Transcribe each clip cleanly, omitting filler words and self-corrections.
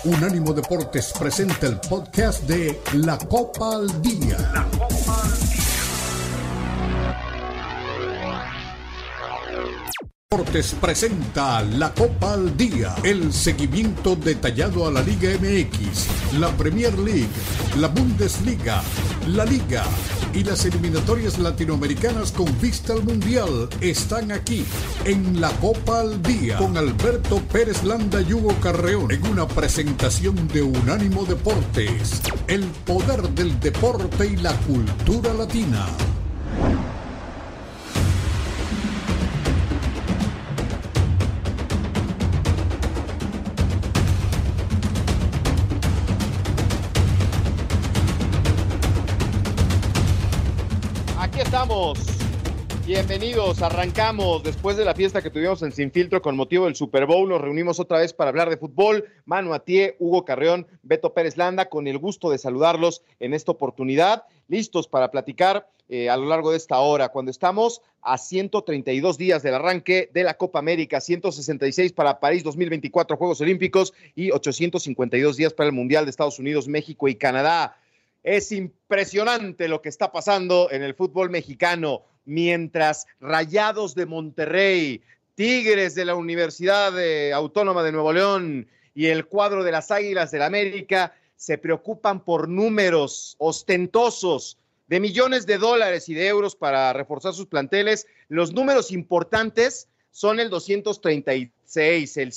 Unánimo Deportes presenta el podcast de La Copa al Día. La Copa al Día. Deportes presenta La Copa al Día, el seguimiento detallado a la Liga MX, la Premier League, la Bundesliga, la Liga y las eliminatorias latinoamericanas con vista al Mundial están aquí en La Copa al Día con Alberto Pérez Landa y Hugo Carreón en una presentación de Unánimo Deportes, el poder del deporte y la cultura latina. Aquí estamos, bienvenidos, arrancamos después de la fiesta que tuvimos en Sin Filtro con motivo del Super Bowl. Nos reunimos otra vez para hablar de fútbol. Manu Atié, Hugo Carreón, Beto Pérez Landa, con el gusto de saludarlos en esta oportunidad, listos para platicar a lo largo de esta hora, cuando estamos a 132 días del arranque de la Copa América, 166 para París 2024 Juegos Olímpicos y 852 días para el Mundial de Estados Unidos, México y Canadá. Es impresionante lo que está pasando en el fútbol mexicano, mientras Rayados de Monterrey, Tigres de la Universidad Autónoma de Nuevo León y el cuadro de las Águilas del América se preocupan por números ostentosos de millones de dólares y de euros para reforzar sus planteles. Los números importantes son el 236, el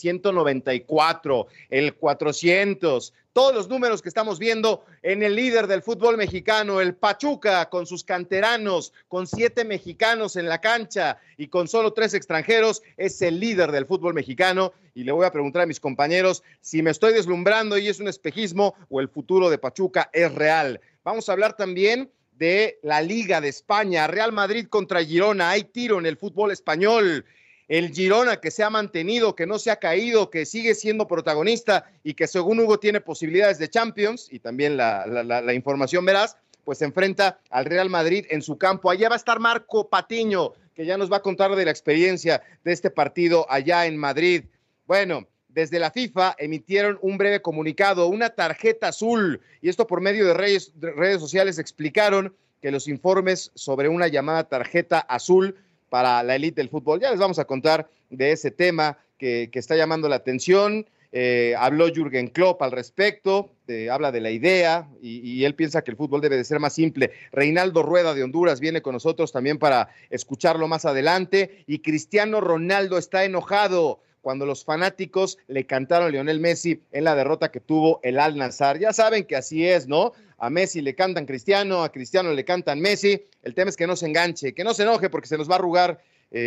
194, el 400, todos los números que estamos viendo en el líder del fútbol mexicano, el Pachuca, con sus canteranos, con 7 mexicanos en la cancha y con solo 3 extranjeros, es el líder del fútbol mexicano. Y le voy a preguntar a mis compañeros si me estoy deslumbrando y es un espejismo o el futuro de Pachuca es real. Vamos a hablar también de la Liga de España, Real Madrid contra Girona. Hay tiro en el fútbol español. El Girona, que se ha mantenido, que no se ha caído, que sigue siendo protagonista y que según Hugo tiene posibilidades de Champions, y también la información veraz, pues se enfrenta al Real Madrid en su campo. Allá va a estar Marco Patiño, que ya nos va a contar de la experiencia de este partido allá en Madrid. Bueno, desde la FIFA emitieron un breve comunicado, una tarjeta azul, y esto por medio de redes sociales explicaron que los informes sobre una llamada tarjeta azul para la élite del fútbol. Ya les vamos a contar de ese tema que está llamando la atención. Habló Jürgen Klopp al respecto, habla de la idea y él piensa que el fútbol debe de ser más simple. Reinaldo Rueda de Honduras viene con nosotros también para escucharlo más adelante. Y Cristiano Ronaldo está enojado cuando los fanáticos le cantaron a Lionel Messi en la derrota que tuvo el Al-Nassr. Ya saben que así es, ¿no? A Messi le cantan Cristiano, a Cristiano le cantan Messi. El tema es que no se enganche, que no se enoje porque se nos va a arrugar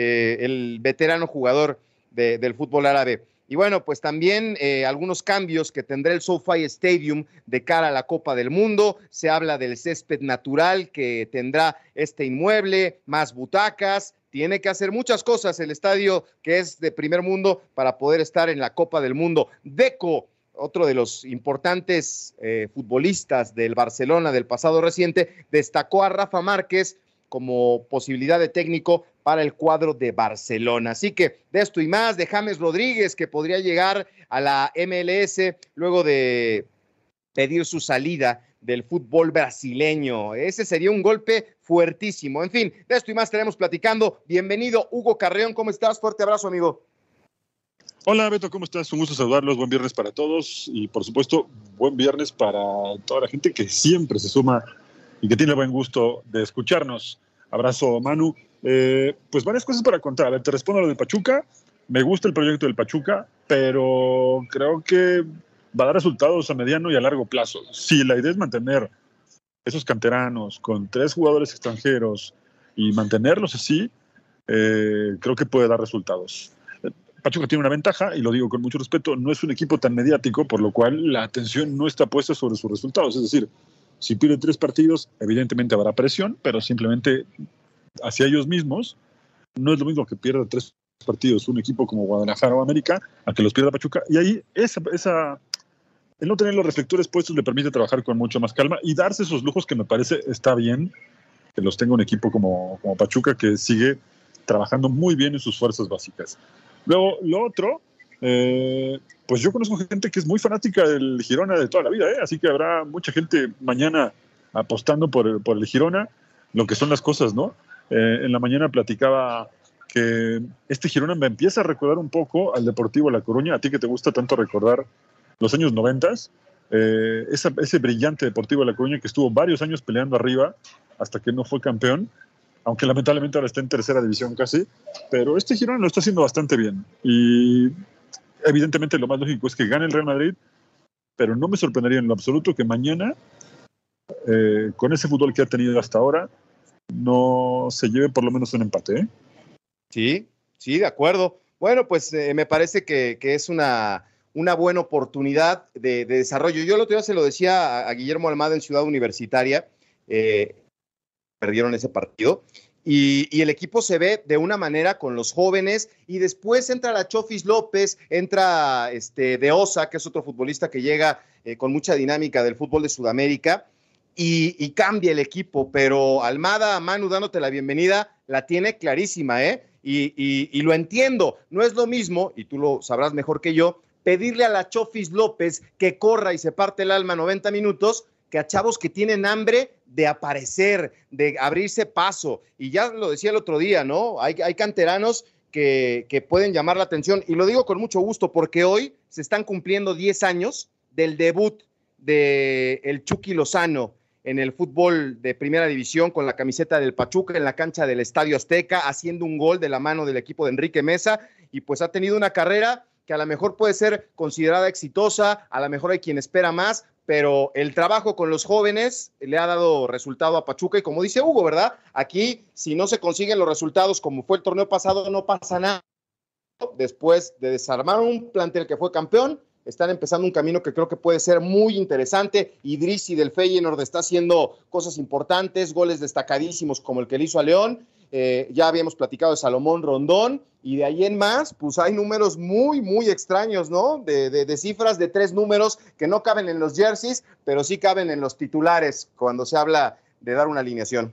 el veterano jugador del fútbol árabe. Y bueno, pues también algunos cambios que tendrá el SoFi Stadium de cara a la Copa del Mundo. Se habla del césped natural que tendrá este inmueble, más butacas. Tiene que hacer muchas cosas el estadio, que es de primer mundo, para poder estar en la Copa del Mundo. Deco, otro de los importantes futbolistas del Barcelona del pasado reciente, destacó a Rafa Márquez como posibilidad de técnico para el cuadro de Barcelona. Así que de esto y más, de James Rodríguez, que podría llegar a la MLS luego de pedir su salida del fútbol brasileño. Ese sería un golpe fuertísimo. En fin, de esto y más estaremos platicando. Bienvenido, Hugo Carreón, ¿cómo estás? Fuerte abrazo, amigo. Hola, Beto, ¿cómo estás? Un gusto saludarlos. Buen viernes para todos y, por supuesto, buen viernes para toda la gente que siempre se suma y que tiene buen gusto de escucharnos. Abrazo, Manu. Pues varias cosas para contar. A ver, te respondo a lo del Pachuca. Me gusta el proyecto del Pachuca, pero creo que va a dar resultados a mediano y a largo plazo. Si la idea es mantener esos canteranos con 3 jugadores extranjeros y mantenerlos así, creo que puede dar resultados. Pachuca tiene una ventaja, y lo digo con mucho respeto, no es un equipo tan mediático, por lo cual la atención no está puesta sobre sus resultados. Es decir, si pierde 3 partidos, evidentemente habrá presión, pero simplemente hacia ellos mismos. No es lo mismo que pierda 3 partidos un equipo como Guadalajara o América a que los pierda Pachuca, y ahí el no tener los reflectores puestos le permite trabajar con mucho más calma y darse esos lujos que me parece está bien que los tenga un equipo como Pachuca, que sigue trabajando muy bien en sus fuerzas básicas. Luego, lo otro Pues yo conozco gente que es muy fanática del Girona de toda la vida, así que habrá mucha gente mañana apostando por el Girona, lo que son las cosas, ¿no? En la mañana platicaba que este Girona me empieza a recordar un poco al Deportivo La Coruña, a ti que te gusta tanto recordar los años 90, ese brillante Deportivo La Coruña que estuvo varios años peleando arriba hasta que no fue campeón, aunque lamentablemente ahora está en tercera división casi, pero este Girona lo está haciendo bastante bien y evidentemente lo más lógico es que gane el Real Madrid, pero no me sorprendería en lo absoluto que mañana, con ese fútbol que ha tenido hasta ahora, no se lleve por lo menos un empate, Sí, de acuerdo. Bueno, pues me parece que es una buena oportunidad de desarrollo. Yo el otro día se lo decía a Guillermo Almada en Ciudad Universitaria, perdieron ese partido, y el equipo se ve de una manera con los jóvenes, y después entra la Chofis López, entra De Osa, que es otro futbolista que llega con mucha dinámica del fútbol de Sudamérica, y cambia el equipo, pero Almada, Manu, dándote la bienvenida, la tiene clarísima, y lo entiendo, no es lo mismo, y tú lo sabrás mejor que yo, pedirle a la Chofis López que corra y se parte el alma 90 minutos, que a chavos que tienen hambre de aparecer, de abrirse paso, y ya lo decía el otro día, ¿no? Hay canteranos que pueden llamar la atención, y lo digo con mucho gusto, porque hoy se están cumpliendo 10 años del debut de el Chucky Lozano en el fútbol de primera división con la camiseta del Pachuca en la cancha del Estadio Azteca, haciendo un gol de la mano del equipo de Enrique Mesa, y pues ha tenido una carrera que a lo mejor puede ser considerada exitosa, a lo mejor hay quien espera más, pero el trabajo con los jóvenes le ha dado resultado a Pachuca, y como dice Hugo, ¿verdad? Aquí, si no se consiguen los resultados como fue el torneo pasado, no pasa nada. Después de desarmar un plantel que fue campeón, están empezando un camino que creo que puede ser muy interesante. Idrissi del Feyenoord está haciendo cosas importantes, goles destacadísimos como el que le hizo a León. Ya habíamos platicado de Salomón Rondón, y de ahí en más, pues hay números muy, muy extraños, ¿no? De cifras de 3 números que no caben en los jerseys, pero sí caben en los titulares cuando se habla de dar una alineación.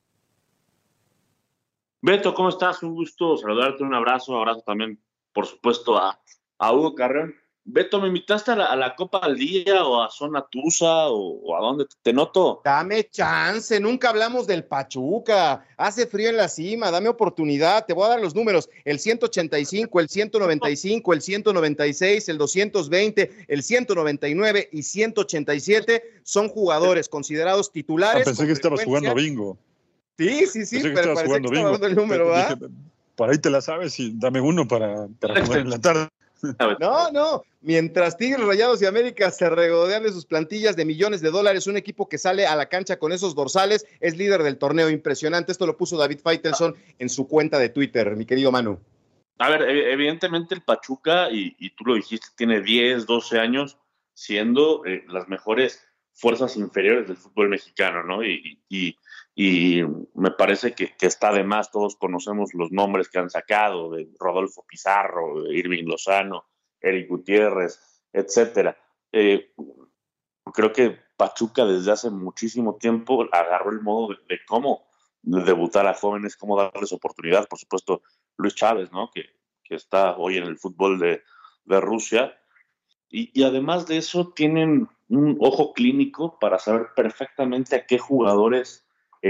Beto, ¿cómo estás? Un gusto saludarte, un abrazo también, por supuesto, a Hugo Carreón. Beto, ¿me invitaste a la Copa al Día o a Zona Tusa o a dónde te noto? Dame chance, nunca hablamos del Pachuca, hace frío en la cima, dame oportunidad, te voy a dar los números, el 185, el 195, el 196, el 220, el 199 y 187 son jugadores considerados titulares. Pensé que estabas jugando a bingo. Sí, pero parece que estaba dando el número, ¿verdad? Por ahí te la sabes y dame uno para jugar en la tarde. No, mientras Tigres, Rayados y América se regodean de sus plantillas de millones de dólares, un equipo que sale a la cancha con esos dorsales es líder del torneo, impresionante. Esto lo puso David Faitelson en su cuenta de Twitter, mi querido Manu. A ver, evidentemente el Pachuca, y tú lo dijiste, tiene 10, 12 años siendo las mejores fuerzas inferiores del fútbol mexicano, ¿no? Y me parece que está de más. Todos conocemos los nombres que han sacado de Rodolfo Pizarro, de Irving Lozano, Eric Gutiérrez, etcétera. Creo que Pachuca desde hace muchísimo tiempo agarró el modo de cómo debutar a jóvenes, cómo darles oportunidad. Por supuesto, Luis Chávez, ¿no? que está hoy en el fútbol de Rusia. Y además de eso, tienen un ojo clínico para saber perfectamente a qué jugadores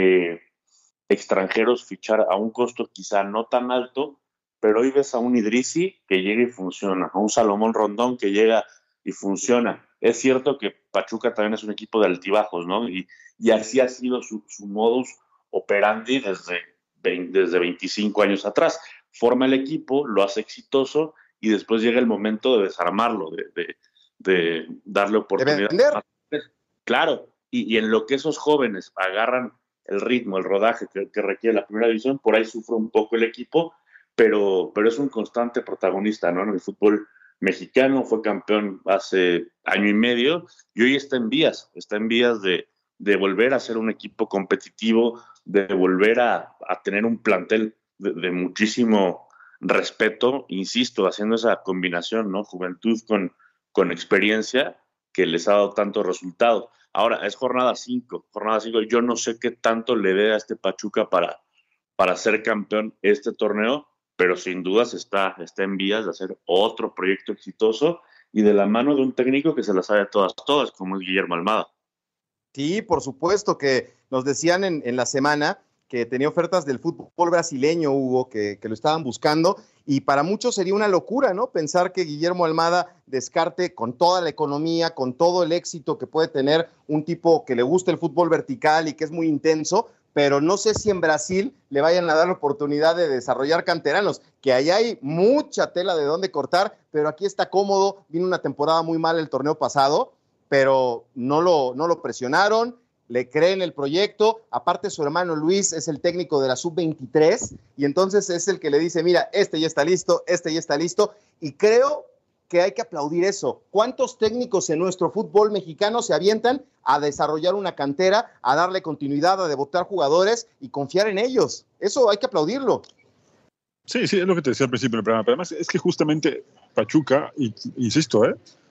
extranjeros fichar a un costo quizá no tan alto, pero hoy ves a un Idrissi que llega y funciona, a un Salomón Rondón que llega y funciona. Es cierto que Pachuca también es un equipo de altibajos, ¿no? Y así ha sido su modus operandi desde 25 años atrás. Forma el equipo, lo hace exitoso y después llega el momento de desarmarlo, de darle oportunidad. De vender. Claro, y en lo que esos jóvenes agarran el ritmo, el rodaje que requiere la primera división, por ahí sufre un poco el equipo, pero es un constante protagonista, ¿no? En el fútbol mexicano, fue campeón hace año y medio y hoy está en vías de volver a ser un equipo competitivo, de volver a tener un plantel de muchísimo respeto, insisto, haciendo esa combinación, ¿no? Juventud con experiencia que les ha dado tanto resultado. Ahora, es jornada 5, yo no sé qué tanto le dé a este Pachuca para ser campeón este torneo, pero sin dudas está en vías de hacer otro proyecto exitoso y de la mano de un técnico que se las sabe todas, como es Guillermo Almada. Sí, por supuesto que nos decían en la semana que tenía ofertas del fútbol brasileño, Hugo, que lo estaban buscando, y para muchos sería una locura, ¿no? Pensar que Guillermo Almada descarte con toda la economía, con todo el éxito que puede tener un tipo que le gusta el fútbol vertical y que es muy intenso, pero no sé si en Brasil le vayan a dar la oportunidad de desarrollar canteranos, que allá hay mucha tela de dónde cortar, pero aquí está cómodo, vino una temporada muy mal el torneo pasado, pero no lo presionaron, le creen el proyecto, aparte su hermano Luis es el técnico de la sub-23 y entonces es el que le dice, mira, este ya está listo, y creo que hay que aplaudir eso. ¿Cuántos técnicos en nuestro fútbol mexicano se avientan a desarrollar una cantera, a darle continuidad, a debutar jugadores y confiar en ellos? Eso hay que aplaudirlo. Sí, es lo que te decía al principio del programa, pero además es que justamente Pachuca, insisto,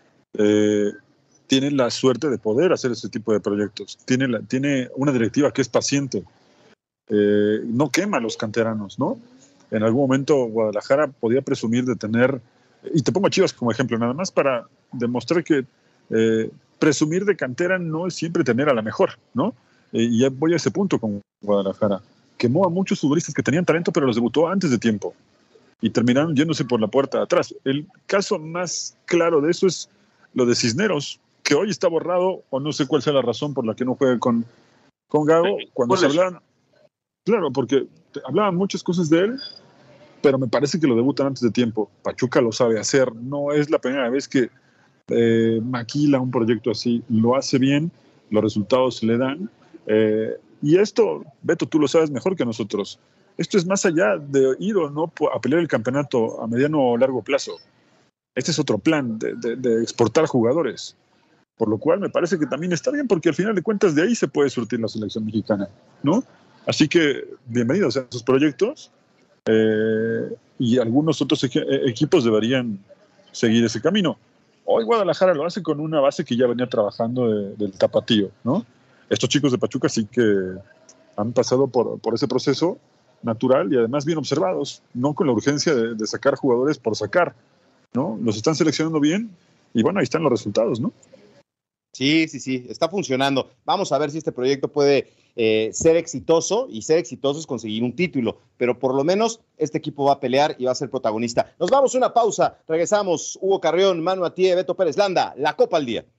tiene la suerte de poder hacer ese tipo de proyectos. Tiene una directiva que es paciente. No quema a los canteranos, ¿no? En algún momento Guadalajara podía presumir de tener, y te pongo a Chivas como ejemplo, nada más para demostrar que presumir de cantera no es siempre tener a la mejor, ¿no? Y ya voy a ese punto con Guadalajara. Quemó a muchos futbolistas que tenían talento, pero los debutó antes de tiempo. Y terminaron yéndose por la puerta de atrás. El caso más claro de eso es lo de Cisneros, que hoy está borrado, o no sé cuál sea la razón por la que no juega con Gago, cuando se hablaban, claro, porque hablaban muchas cosas de él, pero me parece que lo debutan antes de tiempo. Pachuca lo sabe hacer, no es la primera vez que maquila un proyecto así, lo hace bien, los resultados se le dan, y esto, Beto, tú lo sabes mejor que nosotros, esto es más allá de ir o no a pelear el campeonato a mediano o largo plazo. Este es otro plan de exportar jugadores. Por lo cual me parece que también está bien, porque al final de cuentas de ahí se puede surtir la selección mexicana, ¿no? Así que bienvenidos a esos proyectos y algunos otros equipos deberían seguir ese camino. Hoy Guadalajara lo hace con una base que ya venía trabajando del tapatío, ¿no? Estos chicos de Pachuca sí que han pasado por ese proceso natural y además bien observados, no con la urgencia de sacar jugadores por sacar, ¿no? Los están seleccionando bien y bueno, ahí están los resultados, ¿no? Sí, está funcionando. Vamos a ver si este proyecto puede ser exitoso, y ser exitoso es conseguir un título, pero por lo menos este equipo va a pelear y va a ser protagonista. Nos vamos a una pausa, regresamos. Hugo Carrión, Manu Atié, Beto Pérez Landa, la Copa al Día.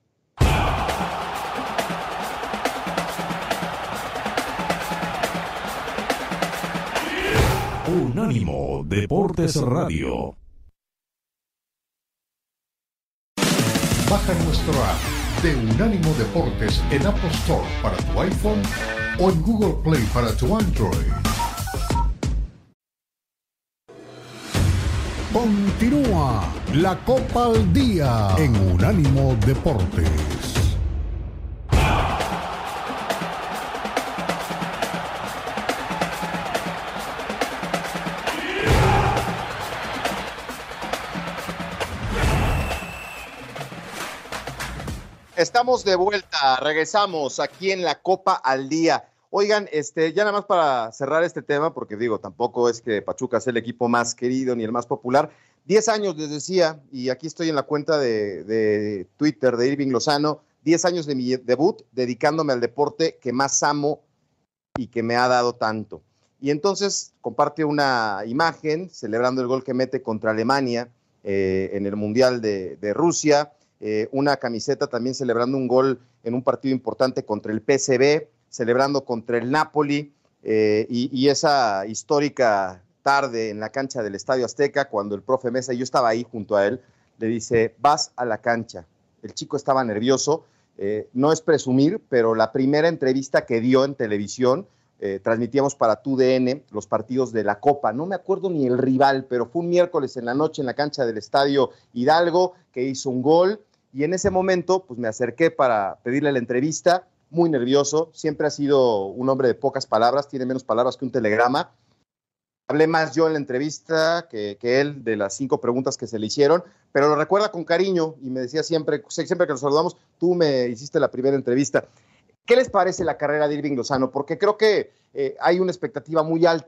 Unánimo Deportes Radio. Baja nuestro app de Unánimo Deportes en Apple Store para tu iPhone o en Google Play para tu Android. Continúa la Copa al Día en Unánimo Deportes. Estamos de vuelta, regresamos aquí en la Copa al Día. Oigan, ya nada más para cerrar este tema, porque digo, tampoco es que Pachuca sea el equipo más querido ni el más popular. 10 años les decía, y aquí estoy en la cuenta de Twitter de Irving Lozano, 10 años de mi debut dedicándome al deporte que más amo y que me ha dado tanto. Y entonces comparte una imagen celebrando el gol que mete contra Alemania en el Mundial de Rusia, una camiseta también celebrando un gol en un partido importante contra el PSV, celebrando contra el Napoli, y esa histórica tarde en la cancha del Estadio Azteca, cuando el profe Mesa, y yo estaba ahí junto a él, le dice, vas a la cancha. El chico estaba nervioso, no es presumir, pero la primera entrevista que dio en televisión, transmitíamos para TUDN los partidos de la Copa, no me acuerdo ni el rival, pero fue un miércoles en la noche en la cancha del Estadio Hidalgo, que hizo un gol, y en ese momento pues me acerqué para pedirle la entrevista, muy nervioso, siempre ha sido un hombre de pocas palabras, tiene menos palabras que un telegrama. Hablé más yo en la entrevista que él de las 5 preguntas que se le hicieron, pero lo recuerda con cariño y me decía siempre que nos saludamos, tú me hiciste la primera entrevista. ¿Qué les parece la carrera de Irving Lozano? Porque creo que hay una expectativa muy alta,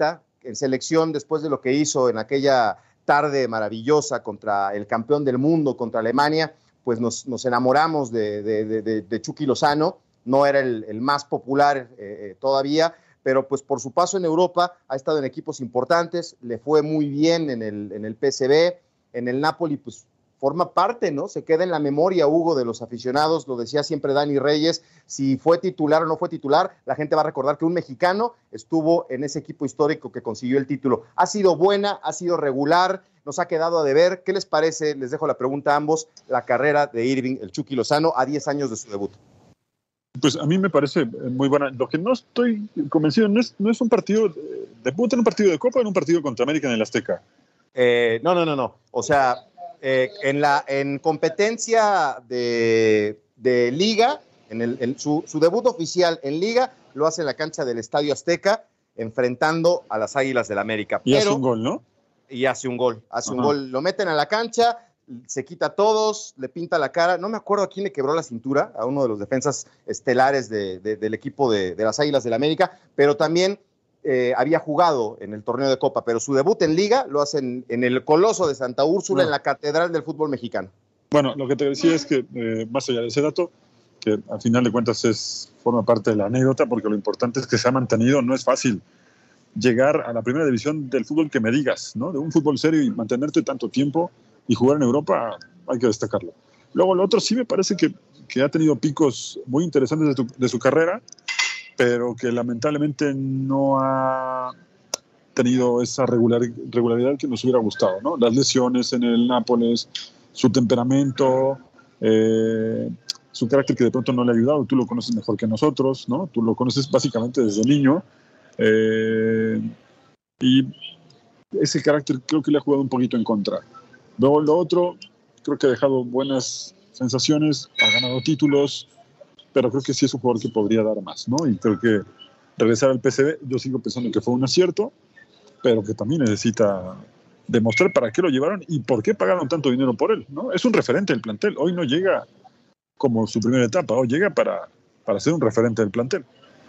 en selección después de lo que hizo en aquella tarde maravillosa contra el campeón del mundo, contra Alemania, pues nos enamoramos de Chucky Lozano. No era el más popular todavía, pero pues por su paso en Europa ha estado en equipos importantes, le fue muy bien en el PSV, en el Napoli, pues forma parte, ¿no? Se queda en la memoria, Hugo, de los aficionados, lo decía siempre Dani Reyes, si fue titular o no fue titular, la gente va a recordar que un mexicano estuvo en ese equipo histórico que consiguió el título. Ha sido buena, ha sido regular, nos ha quedado a deber. ¿Qué les parece? Les dejo la pregunta a ambos, la carrera de Irving, el Chucky Lozano, a 10 años de su debut. Pues a mí me parece muy buena. Lo que no estoy convencido no es un partido, debut en un partido de Copa o en un partido contra América en el Azteca. No. O sea, en competencia de Liga, su debut oficial en Liga lo hace en la cancha del Estadio Azteca, enfrentando a las Águilas del América. Y hace un gol, ¿no? Y hace un gol. Lo meten a la cancha, se quita a todos, le pinta la cara. No me acuerdo a quién le quebró la cintura, a uno de los defensas estelares del equipo de las Águilas del América, pero también había jugado en el torneo de Copa, pero su debut en Liga lo hacen en el Coloso de Santa Úrsula, en la Catedral del Fútbol Mexicano. Bueno, lo que te decía es que, más allá de ese dato, que al final de cuentas forma parte de la anécdota, porque lo importante es que se ha mantenido. No es fácil llegar a la primera división del fútbol que me digas, ¿no? De un fútbol serio y mantenerte tanto tiempo y jugar en Europa, hay que destacarlo. Luego, lo otro sí me parece que ha tenido picos muy interesantes de su carrera, pero que lamentablemente no ha tenido esa regularidad que nos hubiera gustado, ¿no? Las lesiones en el Nápoles, su temperamento, su carácter que de pronto no le ha ayudado. Tú lo conoces mejor que nosotros, ¿no? Tú lo conoces básicamente desde niño, y ese carácter creo que le ha jugado un poquito en contra. Luego, lo otro, creo que ha dejado buenas sensaciones, ha ganado títulos, pero creo que sí es un jugador que podría dar más, ¿no? Y creo que regresar al PSV, yo sigo pensando que fue un acierto, pero que también necesita demostrar para qué lo llevaron y por qué pagaron tanto dinero por él, ¿no? Es un referente del plantel. Hoy no llega como su primera etapa, hoy llega para ser un referente del plantel.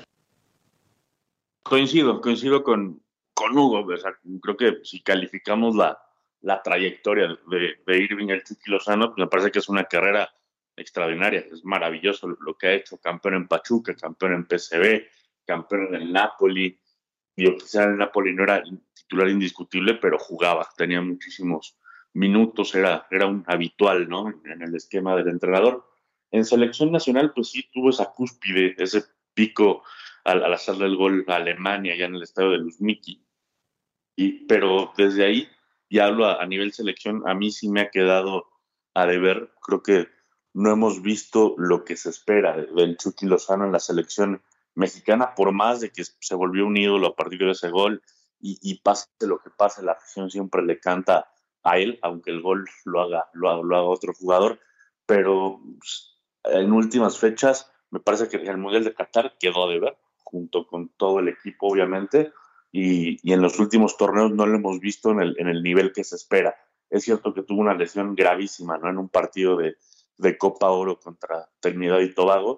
Coincido con Hugo. O sea, creo que si calificamos la trayectoria de Irving el Chucky Lozano, pues me parece que es una carrera extraordinaria. Es maravilloso lo que ha hecho. Campeón en Pachuca, campeón en PSV, campeón en el Napoli. Yo quizá el Napoli no era titular indiscutible, pero jugaba, tenía muchísimos minutos, era un habitual, ¿no? En el esquema del entrenador. En selección nacional, pues sí tuvo esa cúspide, ese pico al hacerle el gol a Alemania, ya en el estadio de Luzhniki. Pero desde ahí, y hablo a nivel selección, a mí sí me ha quedado a deber. Creo que no hemos visto lo que se espera del Chucky Lozano en la selección mexicana, por más de que se volvió un ídolo a partir de ese gol, y pase lo que pase, la afición siempre le canta a él, aunque el gol lo haga otro jugador. Pero en últimas fechas me parece que el Mundial de Qatar quedó a deber, junto con todo el equipo, obviamente, y en los últimos torneos no lo hemos visto en el nivel que se espera. Es cierto que tuvo una lesión gravísima, ¿no? En un partido de Copa Oro contra Trinidad y Tobago,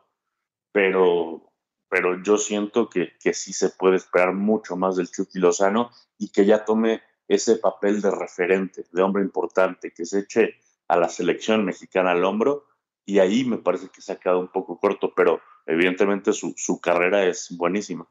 pero yo siento que sí se puede esperar mucho más del Chucky Lozano, y que ya tome ese papel de referente, de hombre importante, que se eche a la selección mexicana al hombro, y ahí me parece que se ha quedado un poco corto, pero evidentemente su carrera es buenísima.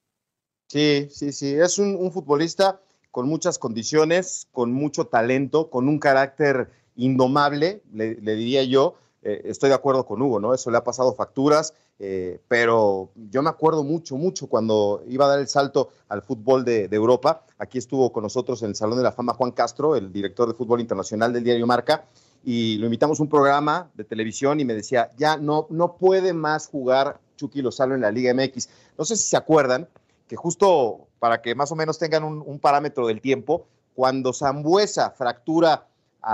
Sí, es un futbolista con muchas condiciones, con mucho talento, con un carácter indomable, le diría yo. Estoy de acuerdo con Hugo, ¿no? Eso le ha pasado facturas, pero yo me acuerdo mucho cuando iba a dar el salto al fútbol de Europa. Aquí estuvo con nosotros en el Salón de la Fama Juan Castro, el director de fútbol internacional del diario Marca, y lo invitamos a un programa de televisión y me decía, ya no puede más jugar Chucky Lozano en la Liga MX. No sé si se acuerdan que justo para que más o menos tengan un parámetro del tiempo, cuando Sambuesa fractura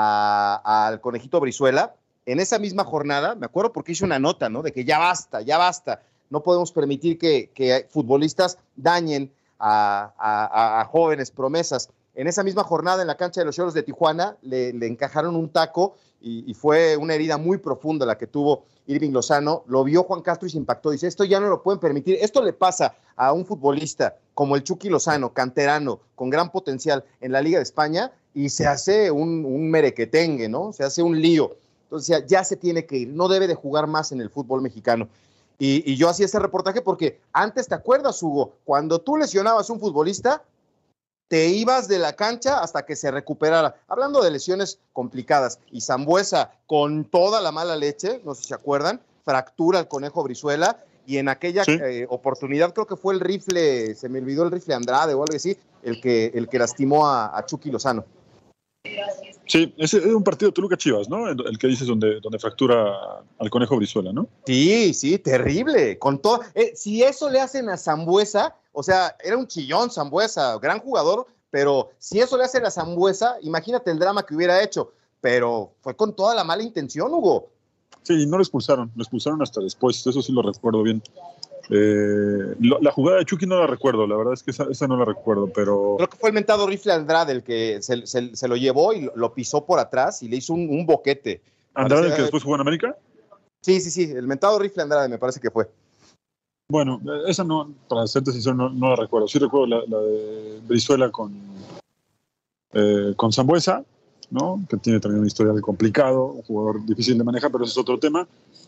al Conejito Brizuela, en esa misma jornada, me acuerdo porque hice una nota, ¿no? De que ya basta, no podemos permitir que futbolistas dañen a jóvenes promesas. en esa misma jornada en la cancha de los Cholos de Tijuana le encajaron un taco y fue una herida muy profunda la que tuvo Irving Lozano. Lo vio Juan Castro y se impactó. Dice, esto ya no lo pueden permitir. Esto le pasa a un futbolista como el Chucky Lozano, canterano, con gran potencial en la Liga de España, y se hace un merequetengue, ¿no? Se hace un lío. Entonces ya se tiene que ir. No debe de jugar más en el fútbol mexicano. Y yo hacía ese reportaje porque antes, ¿te acuerdas, Hugo? Cuando tú lesionabas a un futbolista, te ibas de la cancha hasta que se recuperara. Hablando de lesiones complicadas. Y Sambuesa, con toda la mala leche, no sé si se acuerdan, fractura al Conejo Brizuela, y en aquella oportunidad creo que fue el rifle, se me olvidó el rifle Andrade o algo así, el que lastimó a Chucky Lozano. Sí, ese es un partido Toluca-Chivas, ¿no? El que dices donde fractura al Conejo Brizuela, ¿no? Sí, terrible. Con todo, si eso le hacen a Sambuesa, o sea, era un chillón Sambuesa, gran jugador, pero si eso le hacen a Sambuesa, imagínate el drama que hubiera hecho. Pero fue con toda la mala intención, Hugo. Sí, no lo expulsaron hasta después, eso sí lo recuerdo bien. La jugada de Chucky no la recuerdo, la verdad es que esa no la recuerdo, pero... Creo que fue el mentado rifle Andrade el que se lo llevó y lo pisó por atrás y le hizo un boquete. ¿Andrade el que después jugó en América? Sí, el mentado rifle Andrade me parece que fue. Bueno, esa no, para serte sincero, no la recuerdo. Sí recuerdo la de Brizuela con Sambuesa, ¿no? Que tiene también una historia complicado, un jugador difícil de manejar, pero ese es otro tema.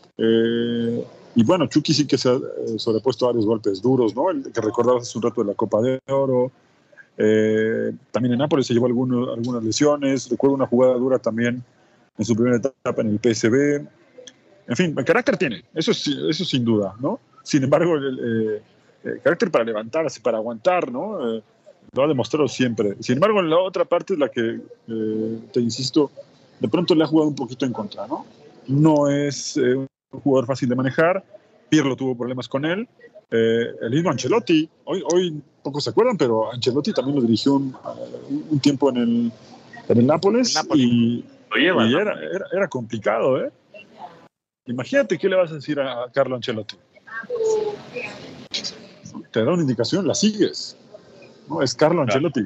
Y bueno, Chucky sí que se ha sobrepuesto a varios golpes duros, ¿no? El que recordabas hace un rato de la Copa de Oro. También en Nápoles se llevó algunas lesiones. Recuerdo una jugada dura también en su primera etapa en el PSV. En fin, el carácter tiene, eso sin duda, ¿no? Sin embargo, el carácter para levantarse, para aguantar, ¿no? Lo ha demostrado siempre. Sin embargo, en la otra parte es la que, te insisto, de pronto le ha jugado un poquito en contra, ¿no? No es un jugador fácil de manejar. Pirlo tuvo problemas con él. El mismo Ancelotti, hoy pocos se acuerdan, pero Ancelotti también lo dirigió un tiempo en el Nápoles. Y era complicado, ¿eh? Imagínate qué le vas a decir a Carlo Ancelotti. Te da una indicación, la sigues. No, es Carlo Ancelotti.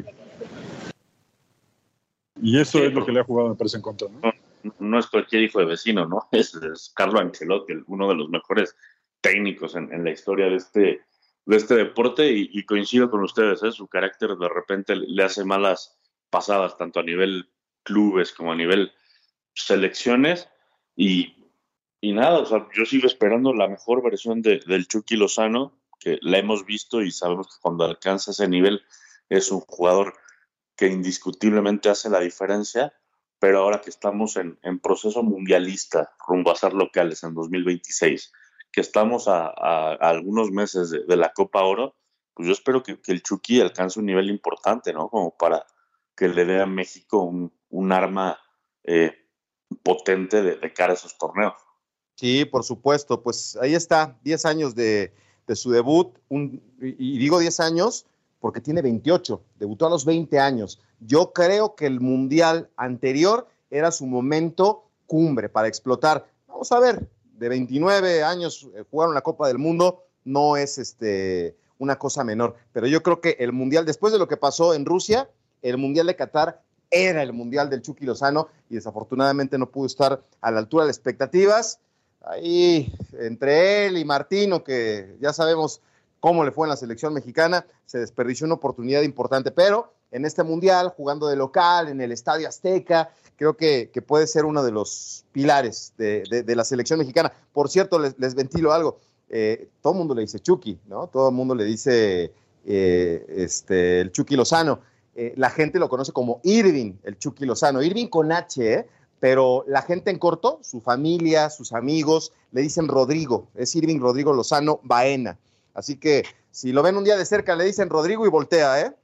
Y eso es lo que le ha jugado, me parece, en contra, ¿no? No es cualquier hijo de vecino, ¿no? Es Carlo Ancelotti, uno de los mejores técnicos en la historia de este deporte, y coincido con ustedes, ¿eh? Su carácter de repente le hace malas pasadas, tanto a nivel clubes como a nivel selecciones, y nada, o sea, yo sigo esperando la mejor versión del Chucky Lozano, que la hemos visto y sabemos que cuando alcanza ese nivel es un jugador que indiscutiblemente hace la diferencia, pero ahora que estamos en proceso mundialista rumbo a ser locales en 2026, que estamos a algunos meses de la Copa Oro, pues yo espero que el Chucky alcance un nivel importante, ¿no? Como para que le dé a México un arma potente de cara a esos torneos. Sí, por supuesto, pues ahí está, 10 años de su debut, y digo 10 años porque tiene 28, debutó a los 20 años. Yo creo que el Mundial anterior era su momento cumbre para explotar. Vamos a ver, de 29 años jugaron la Copa del Mundo, no es una cosa menor, pero yo creo que el Mundial, después de lo que pasó en Rusia, el Mundial de Qatar era el Mundial del Chucky Lozano y desafortunadamente no pudo estar a la altura de las expectativas. Ahí, entre él y Martino, que ya sabemos cómo le fue en la selección mexicana, se desperdició una oportunidad importante, pero en este Mundial, jugando de local, en el Estadio Azteca, creo que puede ser uno de los pilares de la selección mexicana. Por cierto, les ventilo algo, todo el mundo le dice Chucky, ¿no? Todo el mundo le dice el Chucky Lozano. La gente lo conoce como Irving, el Chucky Lozano. Irving con H, pero la gente en corto, su familia, sus amigos, le dicen Rodrigo. Es Irving Rodrigo Lozano Baena. Así que si lo ven un día de cerca, le dicen Rodrigo y voltea, ¿eh?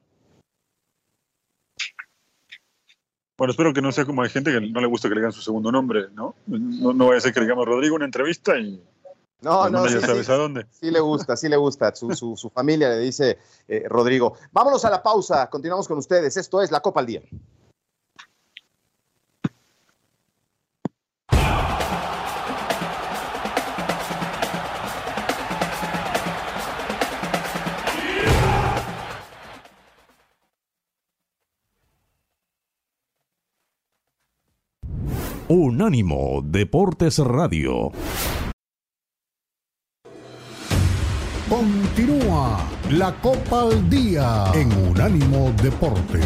Bueno, espero que no sea como hay gente que no le gusta que le digan su segundo nombre, ¿no? No vaya a ser que le digamos Rodrigo en una entrevista y... No, ya sabes a dónde. Sí le gusta. Su familia le dice Rodrigo. Vámonos a la pausa. Continuamos con ustedes. Esto es La Copa al Día. Unánimo Deportes Radio. Continúa la Copa al Día en Unánimo Deportes.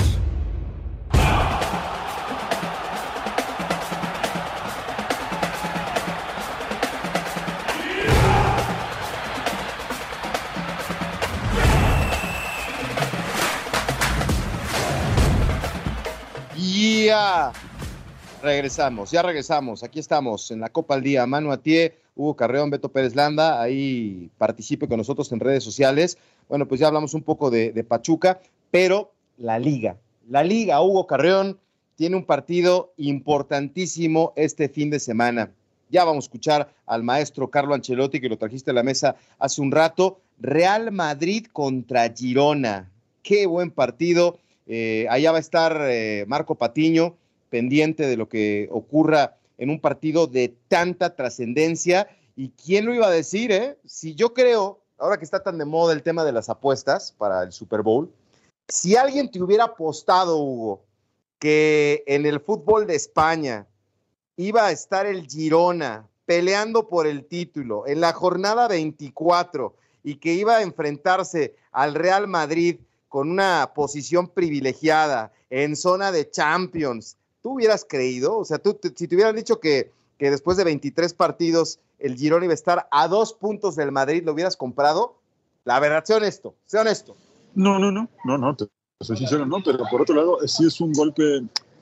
Ya regresamos. Aquí estamos en la Copa al Día. Manu Atié, Hugo Carreón, Beto Pérez Landa. Ahí participe con nosotros en redes sociales. Bueno, pues ya hablamos un poco de Pachuca, pero la Liga, Hugo Carreón, tiene un partido importantísimo este fin de semana. Ya vamos a escuchar al maestro Carlo Ancelotti, que lo trajiste a la mesa hace un rato. Real Madrid contra Girona. Qué buen partido. Allá va a estar Marco Patiño, pendiente de lo que ocurra en un partido de tanta trascendencia. ¿Y quién lo iba a decir? Si yo creo, ahora que está tan de moda el tema de las apuestas para el Super Bowl, si alguien te hubiera apostado, Hugo, que en el fútbol de España iba a estar el Girona peleando por el título en la jornada 24 y que iba a enfrentarse al Real Madrid con una posición privilegiada en zona de Champions, ¿tú hubieras creído? O sea, si te hubieran dicho que después de 23 partidos el Girona iba a estar a 2 puntos del Madrid, ¿lo hubieras comprado? La verdad, sé honesto. No, te soy sincero, no, pero por otro lado, sí es un golpe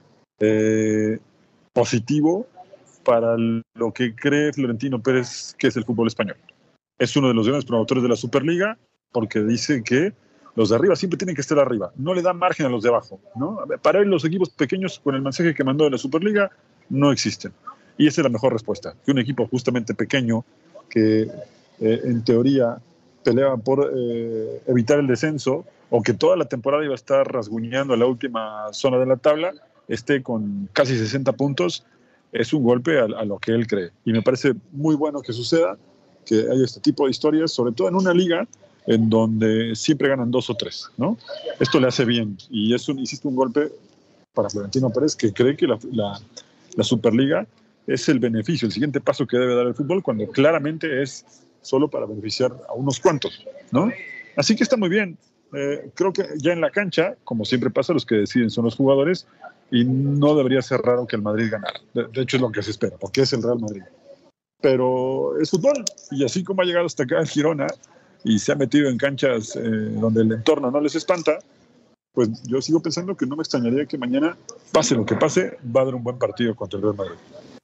positivo para lo que cree Florentino Pérez que es el fútbol español. Es uno de los grandes promotores de la Superliga, porque dice que los de arriba siempre tienen que estar arriba, no le dan margen a los de abajo, ¿no? Para él los equipos pequeños, con el mensaje que mandó de la Superliga, no existen. Y esa es la mejor respuesta, que un equipo justamente pequeño, que en teoría peleaba por evitar el descenso, o que toda la temporada iba a estar rasguñando a la última zona de la tabla, esté con casi 60 puntos, es un golpe a lo que él cree. Y me parece muy bueno que suceda, que haya este tipo de historias, sobre todo en una liga en donde siempre ganan 2 o 3, ¿no? Esto le hace bien, y hiciste un golpe para Florentino Pérez, que cree que la Superliga es el beneficio, el siguiente paso que debe dar el fútbol, cuando claramente es solo para beneficiar a unos cuantos, ¿no? Así que está muy bien. Creo que ya en la cancha, como siempre pasa, los que deciden son los jugadores, y no debería ser raro que el Madrid ganara. De hecho, es lo que se espera, porque es el Real Madrid. Pero es fútbol, y así como ha llegado hasta acá el Girona, y se ha metido en canchas donde el entorno no les espanta, pues yo sigo pensando que no me extrañaría que mañana, pase lo que pase, va a dar un buen partido contra el Real Madrid.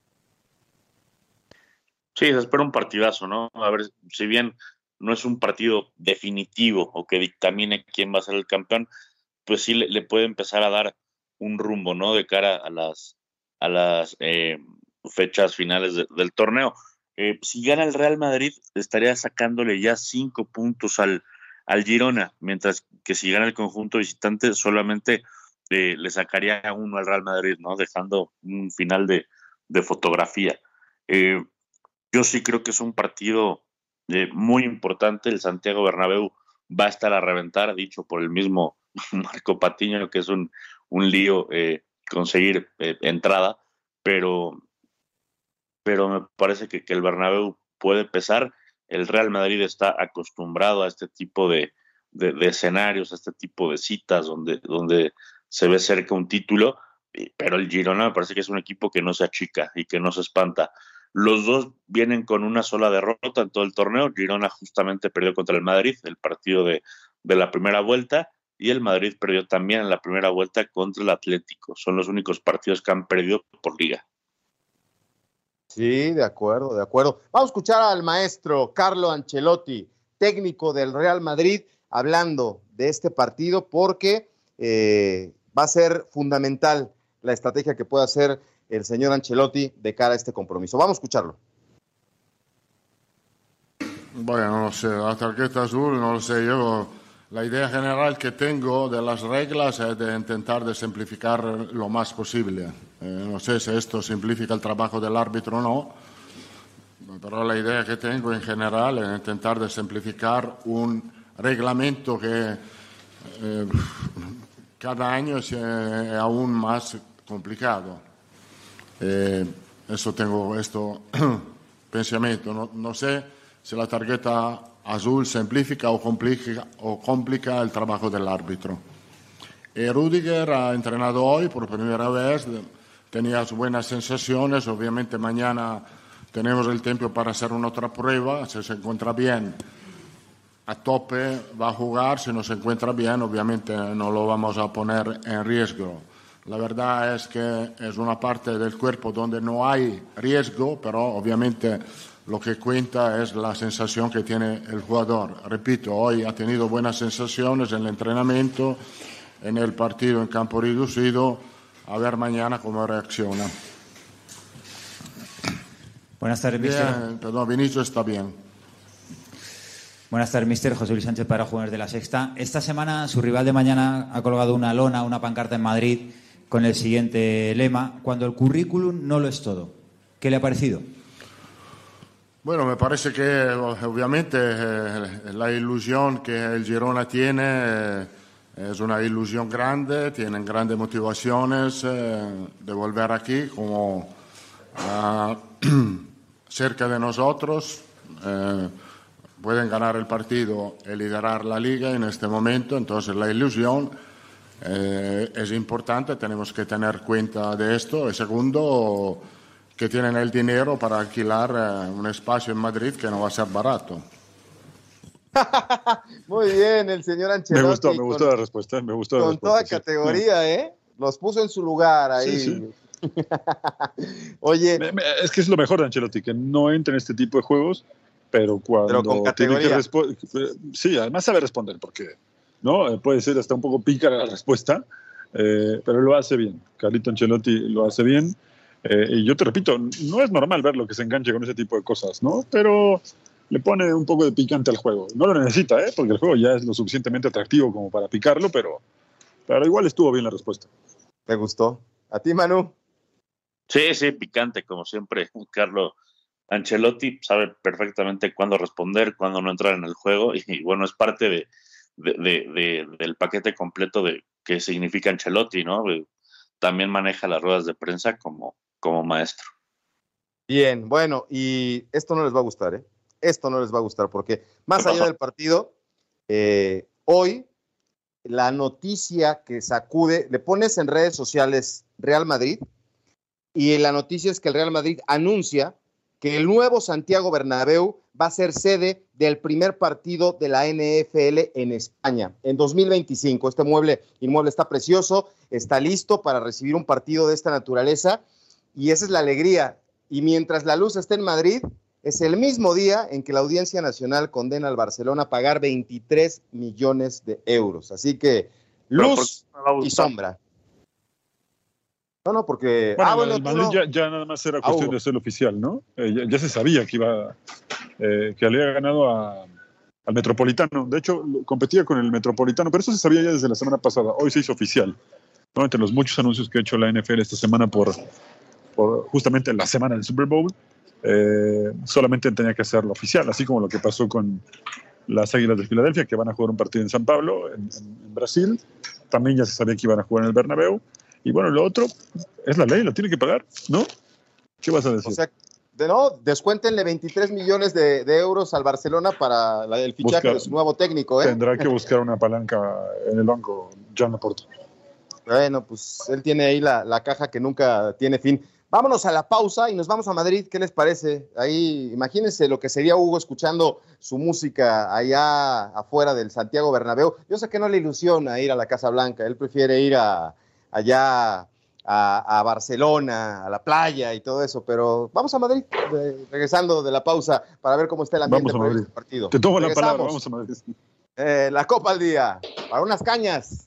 Sí, se espera un partidazo, ¿no? A ver, si bien no es un partido definitivo o que dictamine quién va a ser el campeón, pues sí le puede empezar a dar un rumbo, ¿no? De cara a las fechas finales del torneo. Si gana el Real Madrid, estaría sacándole ya 5 puntos al Girona, mientras que si gana el conjunto visitante, solamente le sacaría 1 al Real Madrid, ¿no? Dejando un final de fotografía. Yo sí creo que es un partido muy importante. El Santiago Bernabéu va a estar a reventar, dicho por el mismo Marco Patiño, que es un lío conseguir entrada, pero me parece que el Bernabéu puede pesar. El Real Madrid está acostumbrado a este tipo de escenarios, a este tipo de citas donde se ve cerca un título, pero el Girona me parece que es un equipo que no se achica y que no se espanta. Los dos vienen con una sola derrota en todo el torneo. Girona justamente perdió contra el Madrid el partido de la primera vuelta, y el Madrid perdió también en la primera vuelta contra el Atlético. Son los únicos partidos que han perdido por liga. Sí, de acuerdo. Vamos a escuchar al maestro Carlo Ancelotti, técnico del Real Madrid, hablando de este partido, porque va a ser fundamental la estrategia que pueda hacer el señor Ancelotti de cara a este compromiso. Vamos a escucharlo. Bueno, no lo sé, la tarjeta azul, no lo sé, yo la idea general que tengo de las reglas es de intentar de simplificar lo más posible. No sé si esto simplifica el trabajo del árbitro o no, pero la idea que tengo en general es intentar de simplificar un reglamento que cada año es aún más complicado. Eso tengo esto pensamiento. No sé si la tarjeta azul simplifica o complica el trabajo del árbitro. Rüdiger ha entrenado hoy por primera vez, tenía buenas sensaciones. Obviamente mañana tenemos el tiempo para hacer una otra prueba. Si se encuentra bien, a tope va a jugar. Si no se encuentra bien, obviamente no lo vamos a poner en riesgo. La verdad es que es una parte del cuerpo donde no hay riesgo, pero obviamente lo que cuenta es la sensación que tiene el jugador. Repito, hoy ha tenido buenas sensaciones en el entrenamiento, en el partido en campo reducido. A ver mañana cómo reacciona. Buenas tardes, mister. Perdón, Vinicius está bien. Buenas tardes, mister. José Luis Sánchez para Jugadores de la Sexta. Esta semana su rival de mañana ha colgado una lona, una pancarta en Madrid con el siguiente lema: cuando el currículum no lo es todo. ¿Qué le ha parecido? Bueno, me parece que obviamente la ilusión que el Girona tiene es una ilusión grande, tienen grandes motivaciones de volver aquí como cerca de nosotros. Pueden ganar el partido y liderar la liga en este momento, entonces la ilusión es importante, tenemos que tener cuenta de esto. Y segundo, que tienen el dinero para alquilar un espacio en Madrid que no va a ser barato. Muy bien, el señor Ancelotti. Me gustó la respuesta. Me gustó la con respuesta, toda categoría, ¿eh? Los puso en su lugar ahí. Sí. Oye. Es que es lo mejor de Ancelotti, que no entra en este tipo de juegos, pero cuando con categoría. tiene que responder. Sí, además sabe responder, porque no puede ser hasta un poco pícara la respuesta, pero lo hace bien. Carlito Ancelotti lo hace bien. Y yo te repito, no es normal verlo que se enganche con ese tipo de cosas, ¿no? Pero le pone un poco de picante al juego. No lo necesita, porque el juego ya es lo suficientemente atractivo como para picarlo, pero igual estuvo bien la respuesta. ¿Te gustó? ¿A ti, Manu? Sí, picante, como siempre. Carlo Ancelotti sabe perfectamente cuándo responder, cuándo no entrar en el juego, y bueno, es parte del paquete completo de que significa Ancelotti, ¿no? También maneja las ruedas de prensa como maestro. Bien, bueno, y esto no les va a gustar, ¿eh? Esto no les va a gustar, porque más allá del partido, hoy la noticia que sacude, le pones en redes sociales Real Madrid, y la noticia es que el Real Madrid anuncia que el nuevo Santiago Bernabéu va a ser sede del primer partido de la NFL en España en 2025. Este inmueble está precioso, está listo para recibir un partido de esta naturaleza, y esa es la alegría. Y mientras la luz esté en Madrid, es el mismo día en que la Audiencia Nacional condena al Barcelona a pagar 23 millones de euros. Así que luz y sombra. No, porque... Bueno, el Madrid ya nada más era cuestión de hacerlo oficial, ¿no? Ya se sabía que que había ganado al Metropolitano. De hecho, competía con el Metropolitano, pero eso se sabía ya desde la semana pasada. Hoy se hizo oficial, ¿no? Entre los muchos anuncios que ha hecho la NFL esta semana por justamente la semana del Super Bowl, solamente tenía que hacerlo oficial, así como lo que pasó con las Águilas de Filadelfia, que van a jugar un partido en San Pablo, en Brasil. También ya se sabía que iban a jugar en el Bernabéu. Y bueno, lo otro es la ley, lo tiene que pagar, ¿no? ¿Qué vas a decir? O sea, descuéntenle 23 millones de euros al Barcelona para el fichaje de su nuevo técnico, ¿eh? Tendrá que buscar una palanca en el banco, Joan Laporta. Bueno, pues él tiene ahí la caja que nunca tiene fin. Vámonos a la pausa y nos vamos a Madrid. ¿Qué les parece? Ahí, imagínense lo que sería Hugo escuchando su música allá afuera del Santiago Bernabéu. Yo sé que no le ilusiona ir a la Casa Blanca, él prefiere ir allá a Barcelona, a la playa y todo eso, pero vamos a Madrid, regresando de la pausa para ver cómo está el ambiente por este partido. Te tomo la palabra, vamos a Madrid. La Copa al Día, para unas cañas.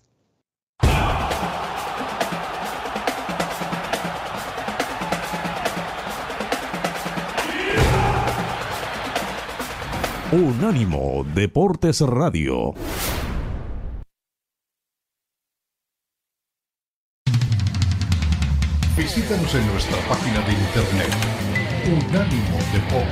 Unánimo Deportes Radio. Visítanos en nuestra página de internet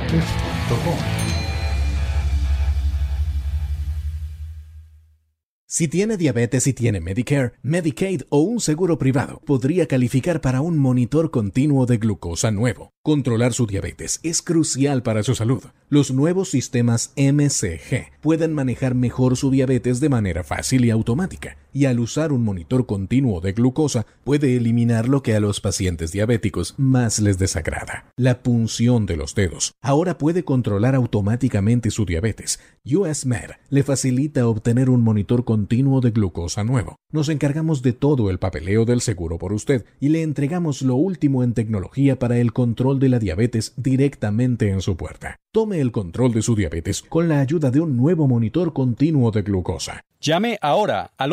unánimodeportes.com. Si tiene diabetes y tiene Medicare, Medicaid o un seguro privado, podría calificar para un monitor continuo de glucosa nuevo. Controlar su diabetes es crucial para su salud. Los nuevos sistemas MCG pueden manejar mejor su diabetes de manera fácil y automática, y al usar un monitor continuo de glucosa puede eliminar lo que a los pacientes diabéticos más les desagrada: la punción de los dedos. Ahora puede controlar automáticamente su diabetes. US Med le facilita obtener un monitor continuo de glucosa nuevo. Nos encargamos de todo el papeleo del seguro por usted y le entregamos lo último en tecnología para el control de la diabetes directamente en su puerta. Tome el control de su diabetes con la ayuda de un nuevo monitor continuo de glucosa. Llame ahora al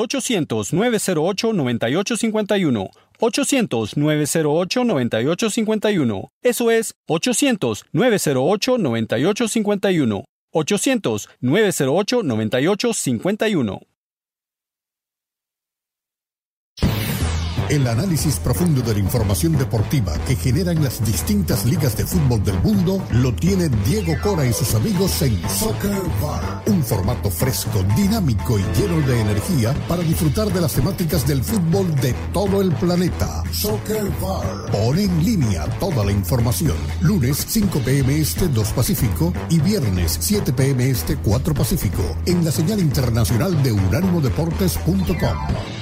800-908-9851. 800-908-9851. Eso es 800-908-9851. 800-908-9851. El análisis profundo de la información deportiva que generan las distintas ligas de fútbol del mundo lo tiene Diego Cora y sus amigos en Soccer Bar. Un formato fresco, dinámico y lleno de energía para disfrutar de las temáticas del fútbol de todo el planeta. Soccer Bar. Pone en línea toda la información. Lunes 5 p.m. Este, 2 Pacífico, y viernes 7 p.m. Este, 4 Pacífico, en la señal internacional de unánimodeportes.com.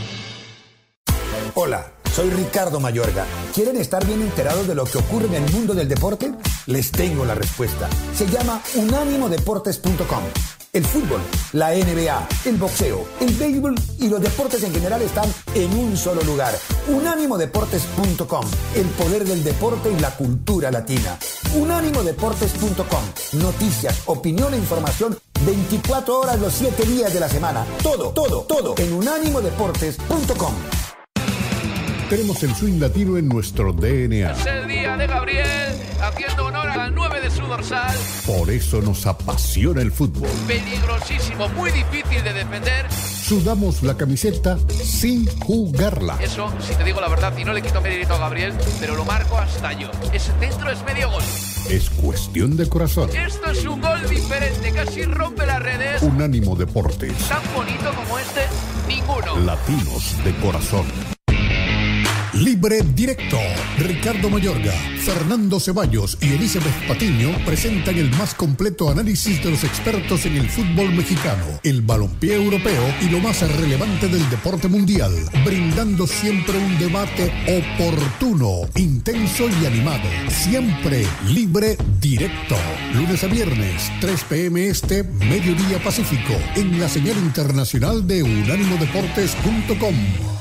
Hola, soy Ricardo Mayorga. ¿Quieren estar bien enterados de lo que ocurre en el mundo del deporte? Les tengo la respuesta. Se llama unánimodeportes.com. El fútbol, la NBA, el boxeo, el béisbol y los deportes en general están en un solo lugar. Unánimodeportes.com. El poder del deporte y la cultura latina. Unánimodeportes.com. Noticias, opinión e información 24 horas los 7 días de la semana. Todo en unánimodeportes.com. Tenemos el swing latino en nuestro DNA. Es el día de Gabriel, haciendo honor al 9 de su dorsal. Por eso nos apasiona el fútbol. Peligrosísimo, muy difícil de defender. Sudamos la camiseta sin jugarla. Eso, si te digo la verdad, y no le quito mérito a Gabriel, pero lo marco hasta yo. Ese centro es medio gol. Es cuestión de corazón. Esto es un gol diferente, casi rompe las redes. Unánimo Deportes. Tan bonito como este, ninguno. Latinos de corazón. Libre Directo. Ricardo Mayorga, Fernando Ceballos y Elizabeth Patiño presentan el más completo análisis de los expertos en el fútbol mexicano, el balompié europeo y lo más relevante del deporte mundial, brindando siempre un debate oportuno, intenso y animado. Siempre Libre Directo. Lunes a viernes, 3 p.m. Este, mediodía Pacífico, en la señal internacional de unánimodeportes.com.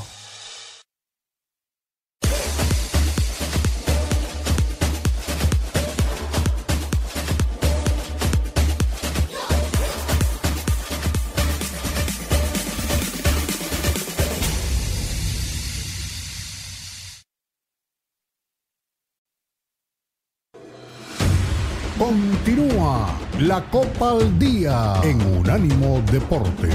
Continúa la Copa al Día en Unánimo Deportes.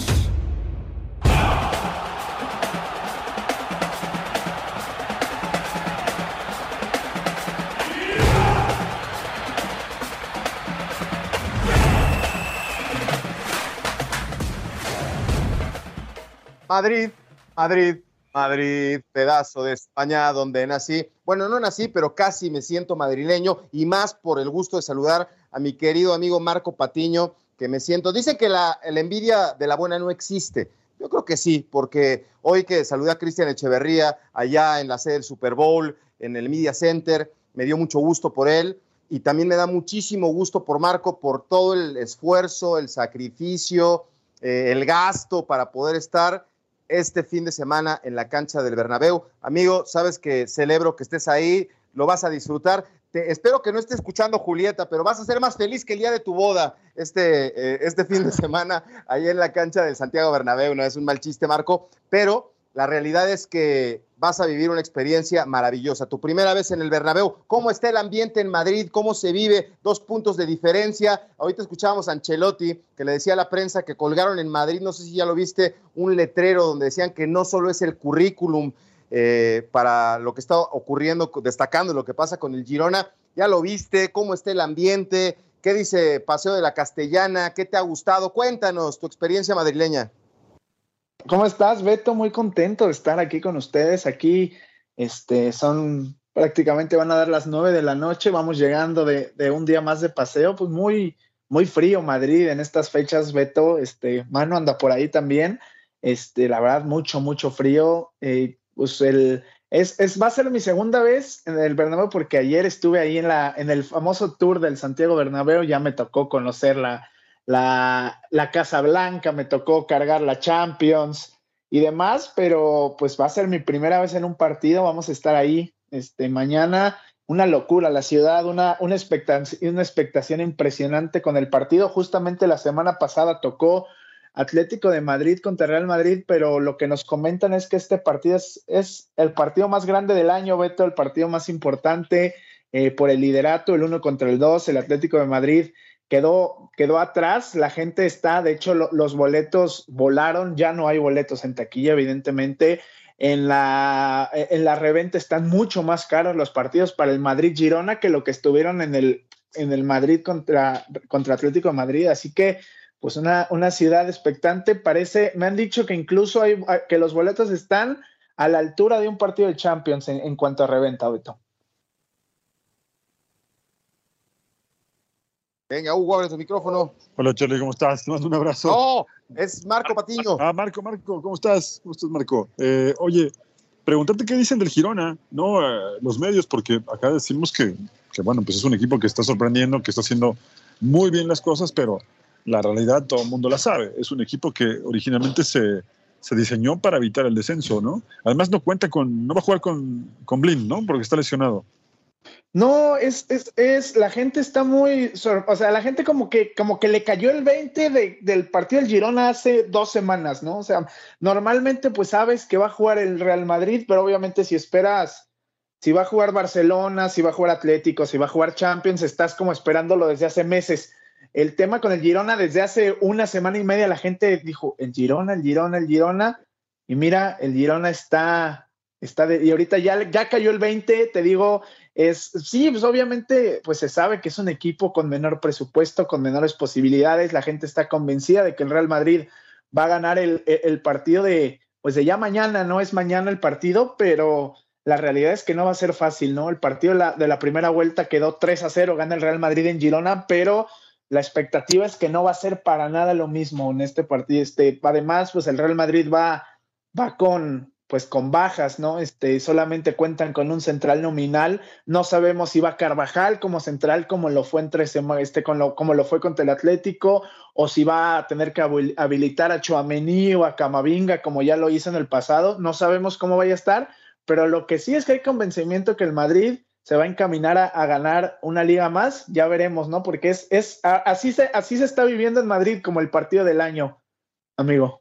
Madrid, pedazo de España donde nací. Bueno, no nací, pero casi me siento madrileño, y más por el gusto de saludar a mi querido amigo Marco Patiño, que me siento. Dice que la envidia de la buena no existe. Yo creo que sí, porque hoy que saludé a Cristian Echeverría allá en la sede del Super Bowl, en el Media Center, me dio mucho gusto por él, y también me da muchísimo gusto por Marco, por todo el esfuerzo, el sacrificio, el gasto para poder estar este fin de semana en la cancha del Bernabéu. Amigo, sabes que celebro que estés ahí, lo vas a disfrutar. Espero que no esté escuchando Julieta, pero vas a ser más feliz que el día de tu boda este fin de semana ahí en la cancha del Santiago Bernabéu. No es un mal chiste, Marco, pero la realidad es que vas a vivir una experiencia maravillosa. Tu primera vez en el Bernabéu. ¿Cómo está el ambiente en Madrid? ¿Cómo se vive? 2 puntos de diferencia. Ahorita escuchábamos a Ancelotti, que le decía a la prensa que colgaron en Madrid, no sé si ya lo viste, un letrero donde decían que no solo es el currículum para lo que está ocurriendo, destacando lo que pasa con el Girona. ¿Ya lo viste? ¿Cómo está el ambiente? ¿Qué dice Paseo de la Castellana? ¿Qué te ha gustado? Cuéntanos tu experiencia madrileña. ¿Cómo estás, Beto? Muy contento de estar aquí con ustedes. Aquí son prácticamente van a dar las 9 de la noche. Vamos llegando de un día más de paseo. Pues muy, muy frío Madrid en estas fechas, Beto. Manu anda por ahí también. La verdad, mucho, mucho frío. Pues va a ser mi segunda vez en el Bernabéu porque ayer estuve ahí en el famoso tour del Santiago Bernabéu. Ya me tocó conocer la Casa Blanca, me tocó cargar la Champions y demás, pero pues va a ser mi primera vez en un partido. Vamos a estar ahí mañana. Una locura la ciudad, una expectación impresionante con el partido. Justamente la semana pasada tocó Atlético de Madrid contra Real Madrid, pero lo que nos comentan es que este partido es el partido más grande del año, Beto, el partido más importante por el liderato, el 1 contra el 2. El Atlético de Madrid quedó atrás, la gente está, de hecho los boletos volaron, ya no hay boletos en taquilla, evidentemente. En la reventa están mucho más caros los partidos para el Madrid-Girona que lo que estuvieron en el Madrid contra Atlético de Madrid, así que pues una ciudad expectante. Me han dicho que incluso que los boletos están a la altura de un partido de Champions en cuanto a reventa, Beto. Venga, Hugo, abre tu micrófono. Hola, Charlie, ¿cómo estás? Te mando un abrazo. No, es Marco Patiño. Marco, ¿cómo estás? ¿Cómo estás, Marco? Oye, preguntarte qué dicen del Girona, ¿no? Los medios, porque acá decimos que, bueno, pues es un equipo que está sorprendiendo, que está haciendo muy bien las cosas, pero la realidad todo el mundo la sabe. Es un equipo que originalmente se diseñó para evitar el descenso, ¿no? Además no va a jugar con Blind, ¿no? Porque está lesionado. No, la gente está o sea, la gente como que le cayó el 20 del partido del Girona hace 2 semanas, ¿no? O sea, normalmente pues sabes que va a jugar el Real Madrid, pero obviamente si esperas, si va a jugar Barcelona, si va a jugar Atlético, si va a jugar Champions, estás como esperándolo desde hace meses. El tema con el Girona, desde hace 1 semana y media la gente dijo, el Girona, y mira, el Girona y ahorita ya cayó el 20, te digo. Sí, pues obviamente pues se sabe que es un equipo con menor presupuesto, con menores posibilidades. La gente está convencida de que el Real Madrid va a ganar el partido de ya mañana. No es mañana el partido, pero la realidad es que no va a ser fácil, ¿no? El partido de la primera vuelta quedó 3-0, gana el Real Madrid en Girona, pero la expectativa es que no va a ser para nada lo mismo en este partido. Además, pues el Real Madrid va con bajas, ¿no? Solamente cuentan con un central nominal. No sabemos si va Carvajal como central, como lo fue como lo fue contra el Atlético, o si va a tener que habilitar a Tchouaméni o a Camavinga, como ya lo hizo en el pasado. No sabemos cómo vaya a estar, pero lo que sí es que hay convencimiento que el Madrid se va a encaminar a ganar una liga más. Ya veremos, ¿no? Porque así se está viviendo en Madrid como el partido del año, amigo.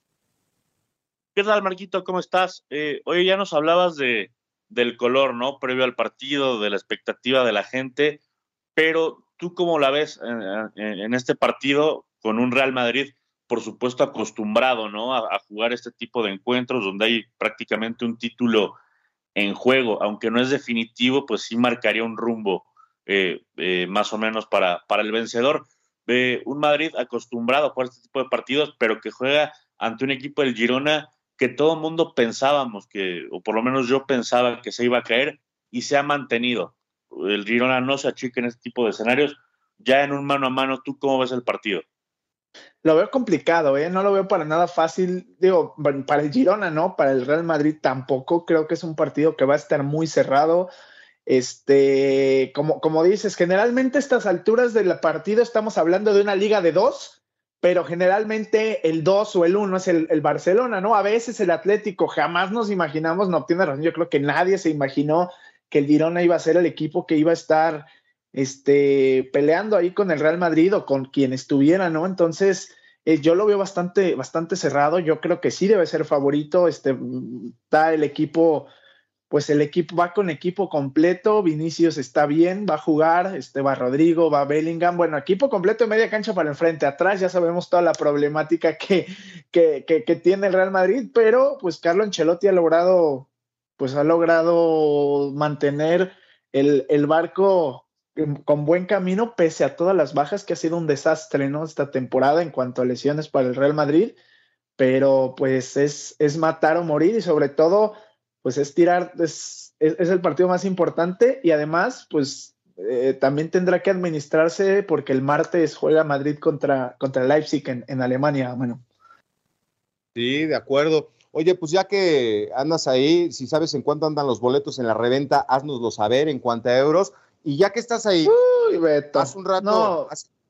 ¿Qué tal, Marquito? ¿Cómo estás? Oye, ya nos hablabas del color, ¿no? Previo al partido, de la expectativa de la gente, pero ¿tú cómo la ves en este partido con un Real Madrid, por supuesto, acostumbrado, ¿no? A jugar este tipo de encuentros donde hay prácticamente un título en juego, aunque no es definitivo, pues sí marcaría un rumbo más o menos para el vencedor. Un Madrid acostumbrado a jugar este tipo de partidos, pero que juega ante un equipo del Girona que todo el mundo pensábamos o por lo menos yo pensaba que se iba a caer, y se ha mantenido. El Girona no se achica en este tipo de escenarios. Ya en un mano a mano, ¿tú cómo ves el partido? Lo veo complicado, no lo veo para nada fácil. Digo, para el Girona no, para el Real Madrid tampoco. Creo que es un partido que va a estar muy cerrado. Como dices, generalmente a estas alturas del partido estamos hablando de una liga de 2, pero generalmente el 2 o el 1 es el Barcelona, ¿no? A veces el Atlético, jamás nos imaginamos, no tiene razón, yo creo que nadie se imaginó que el Girona iba a ser el equipo que iba a estar peleando ahí con el Real Madrid o con quien estuviera, ¿no? Entonces, yo lo veo bastante, bastante cerrado. Yo creo que sí debe ser favorito. Está el equipo, pues el equipo va con equipo completo. Vinicius está bien, va a jugar, va Rodrigo, va Bellingham. Bueno, equipo completo de media cancha para enfrente. Atrás ya sabemos toda la problemática que tiene el Real Madrid, pero pues Carlo Ancelotti ha logrado mantener el barco con buen camino, pese a todas las bajas, que ha sido un desastre, ¿no? Esta temporada en cuanto a lesiones para el Real Madrid, pero pues es matar o morir, y sobre todo pues es tirar, es el partido más importante, y además pues también tendrá que administrarse porque el martes juega Madrid contra Leipzig en Alemania, bueno. Sí, de acuerdo. Oye, pues ya que andas ahí, si sabes en cuánto andan los boletos en la reventa, haznoslo saber en cuánto a euros. Y ya que estás ahí, uy, Beto, hace un rato, no,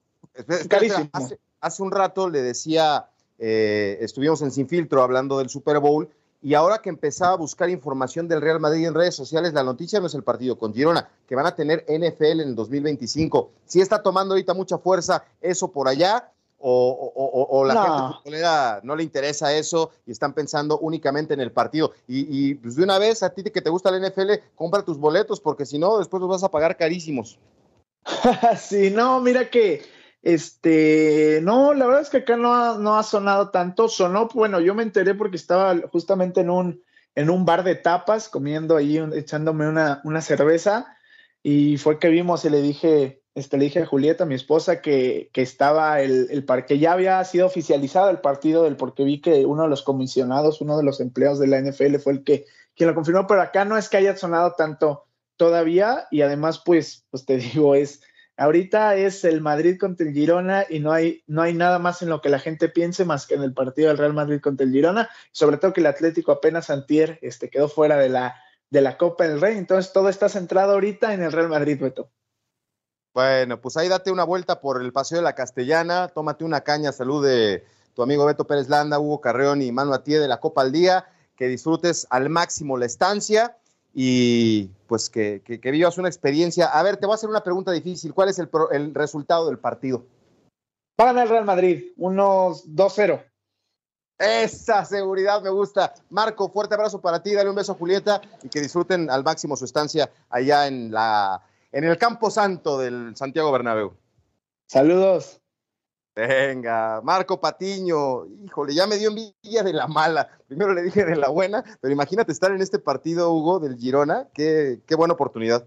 hace un rato le decía, estuvimos en Sin Filtro hablando del Super Bowl, y ahora que empezaba a buscar información del Real Madrid en redes sociales, la noticia no es el partido con Girona, que van a tener NFL en el 2025. ¿Sí está tomando ahorita mucha fuerza eso por allá? ¿O la gente futbolera no le interesa eso y están pensando únicamente en el partido? Y pues de una vez, a ti que te gusta la NFL, compra tus boletos, porque si no, después los vas a pagar carísimos. Sí, no, mira que no, la verdad es que acá no ha sonado tanto. Sonó, bueno, yo me enteré porque estaba justamente en un bar de tapas, comiendo ahí, echándome una cerveza, y fue que vimos y le dije a Julieta, mi esposa, que estaba el que ya había sido oficializado el partido, porque vi que uno de los comisionados, uno de los empleados de la NFL fue quien lo confirmó, pero acá no es que haya sonado tanto todavía, y además pues te digo, ahorita es el Madrid contra el Girona, y no hay nada más en lo que la gente piense más que en el partido del Real Madrid contra el Girona, sobre todo que el Atlético apenas antier quedó fuera de la Copa del Rey, entonces todo está centrado ahorita en el Real Madrid, Beto. Bueno, pues ahí date una vuelta por el Paseo de la Castellana, tómate una caña, salud de tu amigo Beto Pérez Landa, Hugo Carreón y Manu Atié de la Copa al Día, que disfrutes al máximo la estancia y pues que vivas una experiencia. A ver, te voy a hacer una pregunta difícil. ¿Cuál es el resultado del partido? Va a ganar el Real Madrid, unos 2-0. Esa seguridad me gusta. Marco, fuerte abrazo para ti, dale un beso a Julieta y que disfruten al máximo su estancia allá en el Campo Santo del Santiago Bernabéu. Saludos. Venga, Marco Patiño, híjole, ya me dio envidia de la mala. Primero le dije de la buena, pero imagínate estar en este partido, Hugo, del Girona. Qué buena oportunidad.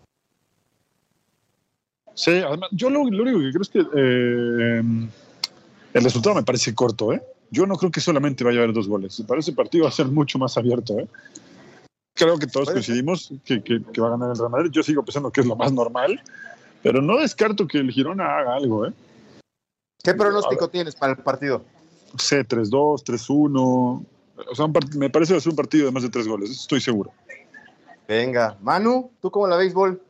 Sí, además, yo lo único que creo es que el resultado me parece corto, ¿eh? Yo no creo que solamente vaya a haber 2 goles. Para ese partido va a ser mucho más abierto, ¿eh? Creo que todos coincidimos que va a ganar el Real Madrid. Yo sigo pensando que es lo más normal, pero no descarto que el Girona haga algo, ¿eh? ¿Qué pronóstico tienes para el partido? No sé, 3-2, 3-1. O sea, me parece que va a ser un partido de más de 3 goles, estoy seguro. Venga, Manu, ¿tú cómo la béisbol?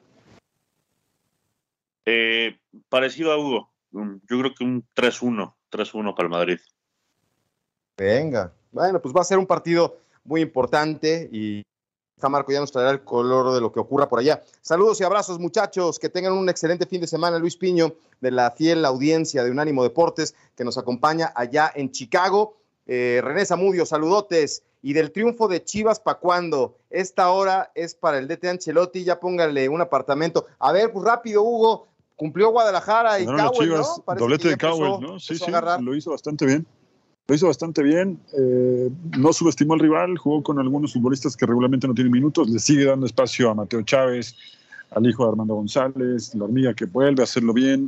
Parecido a Hugo. Yo creo que un 3-1 para el Madrid. Venga, bueno, pues va a ser un partido muy importante y Marco ya nos traerá el color de lo que ocurra por allá. Saludos y abrazos, muchachos, que tengan un excelente fin de semana. Luis Piño, de la fiel audiencia de Unánimo Deportes, que nos acompaña allá en Chicago. René Zamudio, saludotes. Y del triunfo de Chivas, ¿para cuándo? Esta hora es para el DT Ancelotti, ya póngale un apartamento. A ver, pues rápido, Hugo, cumplió Guadalajara y Cowell, ¿no? Parece doblete de Cowell, ¿no? Sí, lo hizo bastante bien. No subestimó al rival, jugó con algunos futbolistas que regularmente no tienen minutos, le sigue dando espacio a Mateo Chávez, al hijo de Armando González, la hormiga que vuelve a hacerlo bien,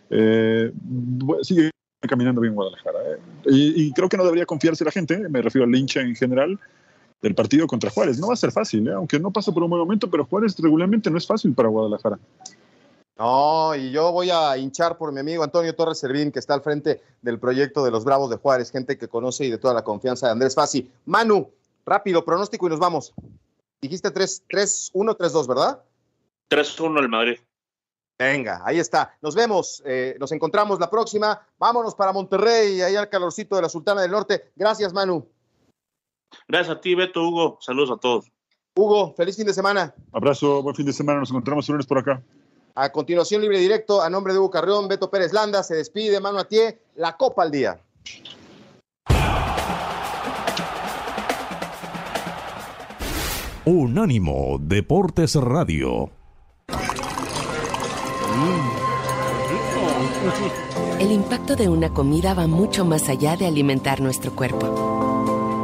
sigue caminando bien Guadalajara. Y creo que no debería confiarse la gente, me refiero al hincha en general, del partido contra Juárez. No va a ser fácil, aunque no pasa por un buen momento, pero Juárez regularmente no es fácil para Guadalajara. No, y yo voy a hinchar por mi amigo Antonio Torres Servín, que está al frente del proyecto de los Bravos de Juárez, gente que conoce y de toda la confianza de Andrés Fassi. Manu, rápido, pronóstico y nos vamos. Dijiste 3-1, 3-2, ¿verdad? 3-1 el Madrid. Venga, ahí está. Nos vemos, nos encontramos la próxima. Vámonos para Monterrey, ahí al calorcito de la Sultana del Norte. Gracias, Manu. Gracias a ti, Beto, Hugo. Saludos a todos. Hugo, feliz fin de semana. Abrazo, buen fin de semana. Nos encontramos el lunes por acá. A continuación, libre directo, a nombre de Hugo Carreón, Beto Pérez Landa, se despide Manu Atié, la Copa al Día. Unánimo Deportes Radio. El impacto de una comida va mucho más allá de alimentar nuestro cuerpo.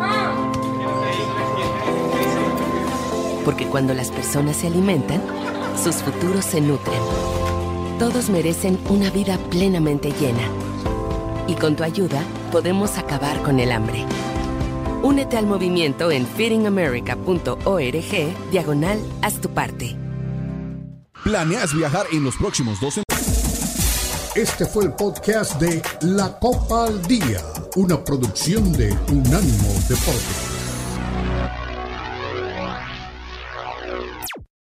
Porque cuando las personas se alimentan, sus futuros se nutren. Todos merecen una vida plenamente llena. Y con tu ayuda, podemos acabar con el hambre. Únete al movimiento en feedingamerica.org/haz tu parte. ¿Planeas viajar en los próximos 12 meses? Este fue el podcast de La Copa al Día, una producción de Unánimo Deportes.